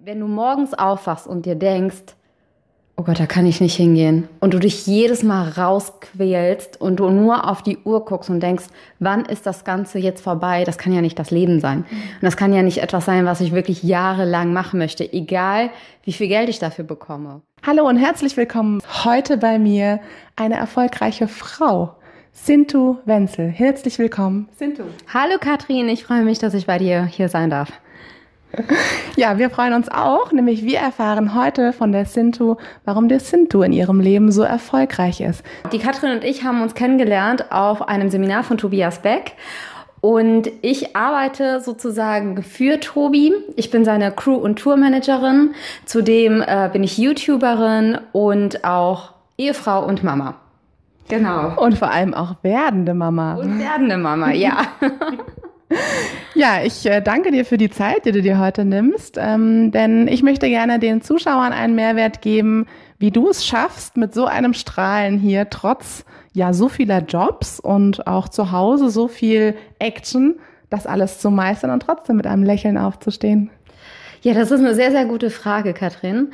Wenn du morgens aufwachst und dir denkst, oh Gott, da kann ich nicht hingehen, und du dich jedes Mal rausquälst und du nur auf die Uhr guckst und denkst, wann ist das Ganze jetzt vorbei? Das kann ja nicht das Leben sein. Und das kann ja nicht etwas sein, was ich wirklich jahrelang machen möchte, egal wie viel Geld ich dafür bekomme. Hallo und herzlich willkommen. Heute bei mir eine erfolgreiche Frau, Sintu Wenzel. Herzlich willkommen, Sintu. Hallo Katrin, ich freue mich, dass ich bei dir hier sein darf. Ja, wir freuen uns auch, nämlich wir erfahren heute von der Sintu, warum der Sintu in ihrem Leben so erfolgreich ist. Die Katrin und ich haben uns kennengelernt auf einem Seminar von Tobias Beck und ich arbeite sozusagen für Tobi. Ich bin seine Crew- und Tourmanagerin, zudem bin ich YouTuberin und auch Ehefrau und Mama. Genau. Und vor allem auch werdende Mama. Und werdende Mama, ja. Ja, ich danke dir für die Zeit, die du dir heute nimmst, denn ich möchte gerne den Zuschauern einen Mehrwert geben, wie du es schaffst, mit so einem Strahlen hier, trotz so vieler Jobs und auch zu Hause so viel Action, das alles zu meistern und trotzdem mit einem Lächeln aufzustehen. Ja, das ist eine sehr, sehr gute Frage, Katrin.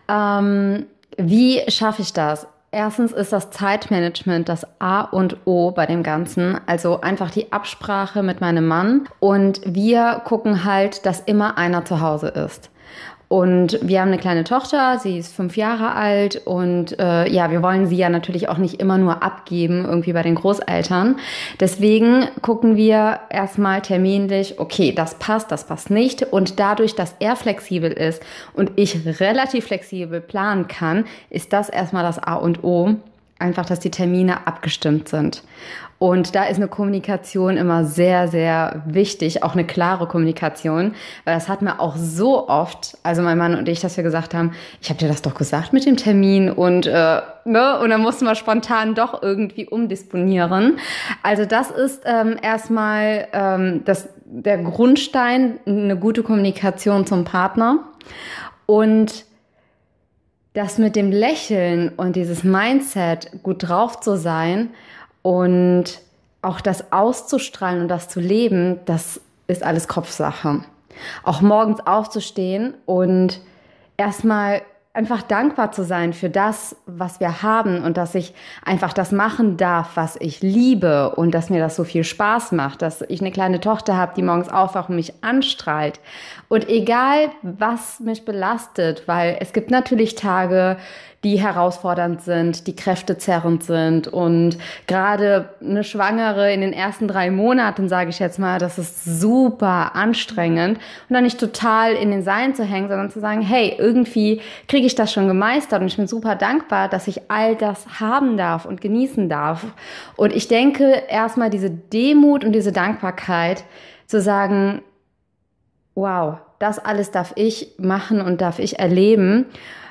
Wie schaffe ich das? Erstens ist das Zeitmanagement das A und O bei dem Ganzen, also einfach die Absprache mit meinem Mann, und wir gucken halt, dass immer einer zu Hause ist. Und wir haben eine kleine Tochter, sie ist 5 Jahre alt und wir wollen sie ja natürlich auch nicht immer nur abgeben, irgendwie bei den Großeltern. Deswegen gucken wir erstmal terminlich, okay, das passt nicht. Und dadurch, dass er flexibel ist und ich relativ flexibel planen kann, ist das erstmal das A und O. Einfach, dass die Termine abgestimmt sind. Und da ist eine Kommunikation immer sehr, sehr wichtig, auch eine klare Kommunikation, weil das hatten wir auch so oft, also mein Mann und ich, dass wir gesagt haben, ich habe dir das doch gesagt mit dem Termin und dann mussten wir spontan doch irgendwie umdisponieren. Also das ist erstmal der Grundstein, eine gute Kommunikation zum Partner. Und das mit dem Lächeln und dieses Mindset, gut drauf zu sein und auch das auszustrahlen und das zu leben, das ist alles Kopfsache. Auch morgens aufzustehen und erstmal einfach dankbar zu sein für das, was wir haben, und dass ich einfach das machen darf, was ich liebe, und dass mir das so viel Spaß macht, dass ich eine kleine Tochter habe, die morgens aufwacht und mich anstrahlt. Und egal, was mich belastet, weil es gibt natürlich Tage, die herausfordernd sind, die kräftezerrend sind, und gerade eine Schwangere in den ersten 3 Monaten, sage ich jetzt mal, das ist super anstrengend, und dann nicht total in den Seilen zu hängen, sondern zu sagen, hey, irgendwie kriege ich das schon gemeistert und ich bin super dankbar, dass ich all das haben darf und genießen darf. Und ich denke, erstmal diese Demut und diese Dankbarkeit zu sagen, wow, das alles darf ich machen und darf ich erleben.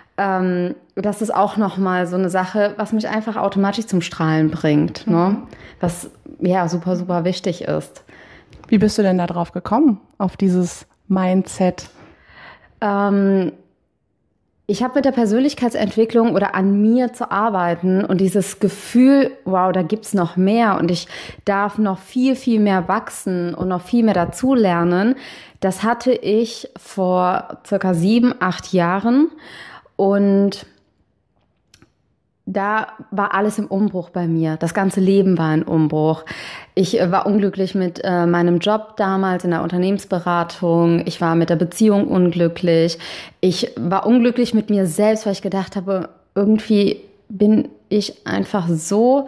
Das ist auch nochmal so eine Sache, was mich einfach automatisch zum Strahlen bringt, ne? Was ja super, super wichtig ist. Wie bist du denn da drauf gekommen, auf dieses Mindset? Ich habe mit der Persönlichkeitsentwicklung oder an mir zu arbeiten und dieses Gefühl, wow, da gibt's noch mehr und ich darf noch viel, viel mehr wachsen und noch viel mehr dazulernen. Das hatte ich vor circa 7, 8 Jahren. Und da war alles im Umbruch bei mir. Das ganze Leben war ein Umbruch. Ich war unglücklich mit meinem Job damals in der Unternehmensberatung. Ich war mit der Beziehung unglücklich. Ich war unglücklich mit mir selbst, weil ich gedacht habe, irgendwie bin ich einfach so,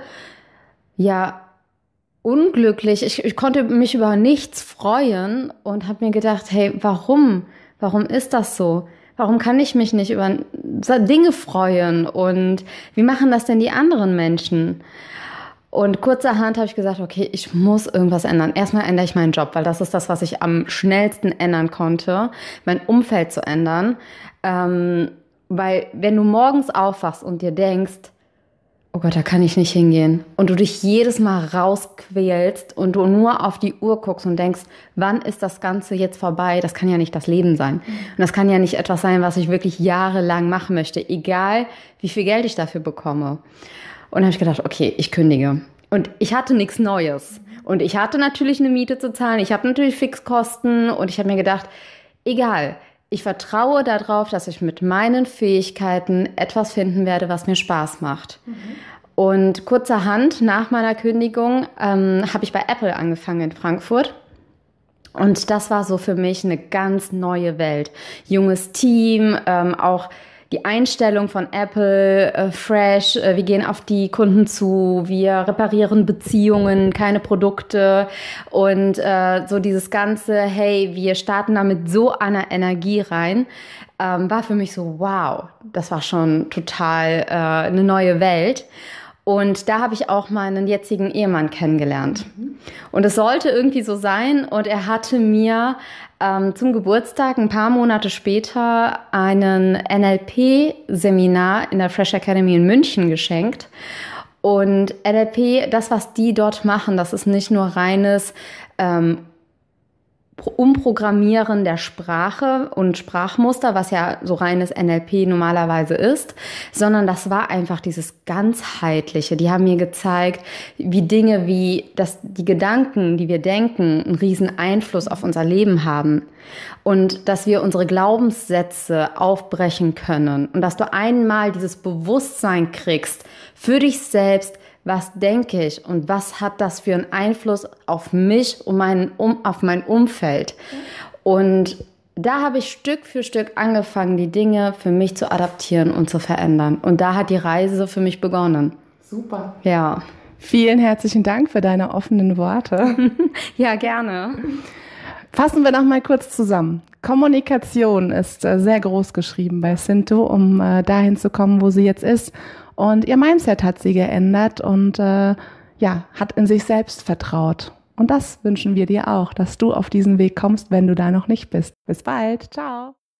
unglücklich. Ich konnte mich über nichts freuen und habe mir gedacht, hey, warum? Warum ist das so? Warum kann ich mich nicht über Dinge freuen? Und wie machen das denn die anderen Menschen? Und kurzerhand habe ich gesagt, okay, ich muss irgendwas ändern. Erstmal ändere ich meinen Job, weil das ist das, was ich am schnellsten ändern konnte, mein Umfeld zu ändern. Weil wenn du morgens aufwachst und dir denkst, oh Gott, da kann ich nicht hingehen, und du dich jedes Mal rausquälst und du nur auf die Uhr guckst und denkst, wann ist das Ganze jetzt vorbei? Das kann ja nicht das Leben sein. Und das kann ja nicht etwas sein, was ich wirklich jahrelang machen möchte, egal wie viel Geld ich dafür bekomme. Und dann habe ich gedacht, okay, ich kündige. Und ich hatte nichts Neues. Und ich hatte natürlich eine Miete zu zahlen, ich habe natürlich Fixkosten, und ich habe mir gedacht, egal, ich vertraue darauf, dass ich mit meinen Fähigkeiten etwas finden werde, was mir Spaß macht. Und kurzerhand nach meiner Kündigung habe ich bei Apple angefangen in Frankfurt. Und das war so für mich eine ganz neue Welt. Junges Team, auch die Einstellung von Apple, fresh, wir gehen auf die Kunden zu, wir reparieren Beziehungen, keine Produkte und so dieses ganze, hey, wir starten da mit so einer Energie rein, war für mich so, wow, das war schon total eine neue Welt. Und da habe ich auch meinen jetzigen Ehemann kennengelernt. Und es sollte irgendwie so sein. Und er hatte mir zum Geburtstag ein paar Monate später einen NLP-Seminar in der Fresh Academy in München geschenkt. Und NLP, das, was die dort machen, das ist nicht nur reines Umprogrammieren der Sprache und Sprachmuster, was ja so reines NLP normalerweise ist, sondern das war einfach dieses Ganzheitliche. Die haben mir gezeigt, wie Dinge wie die Gedanken, die wir denken, einen riesen Einfluss auf unser Leben haben und dass wir unsere Glaubenssätze aufbrechen können und dass du einmal dieses Bewusstsein kriegst für dich selbst. Was denke ich und was hat das für einen Einfluss auf mich und auf mein Umfeld? Und da habe ich Stück für Stück angefangen, die Dinge für mich zu adaptieren und zu verändern. Und da hat die Reise für mich begonnen. Super. Ja. Vielen herzlichen Dank für deine offenen Worte. Ja, gerne. Fassen wir noch mal kurz zusammen. Kommunikation ist sehr groß geschrieben bei Sintu, um dahin zu kommen, wo sie jetzt ist. Und ihr Mindset hat sie geändert und hat in sich selbst vertraut. Und das wünschen wir dir auch, dass du auf diesen Weg kommst, wenn du da noch nicht bist. Bis bald. Ciao.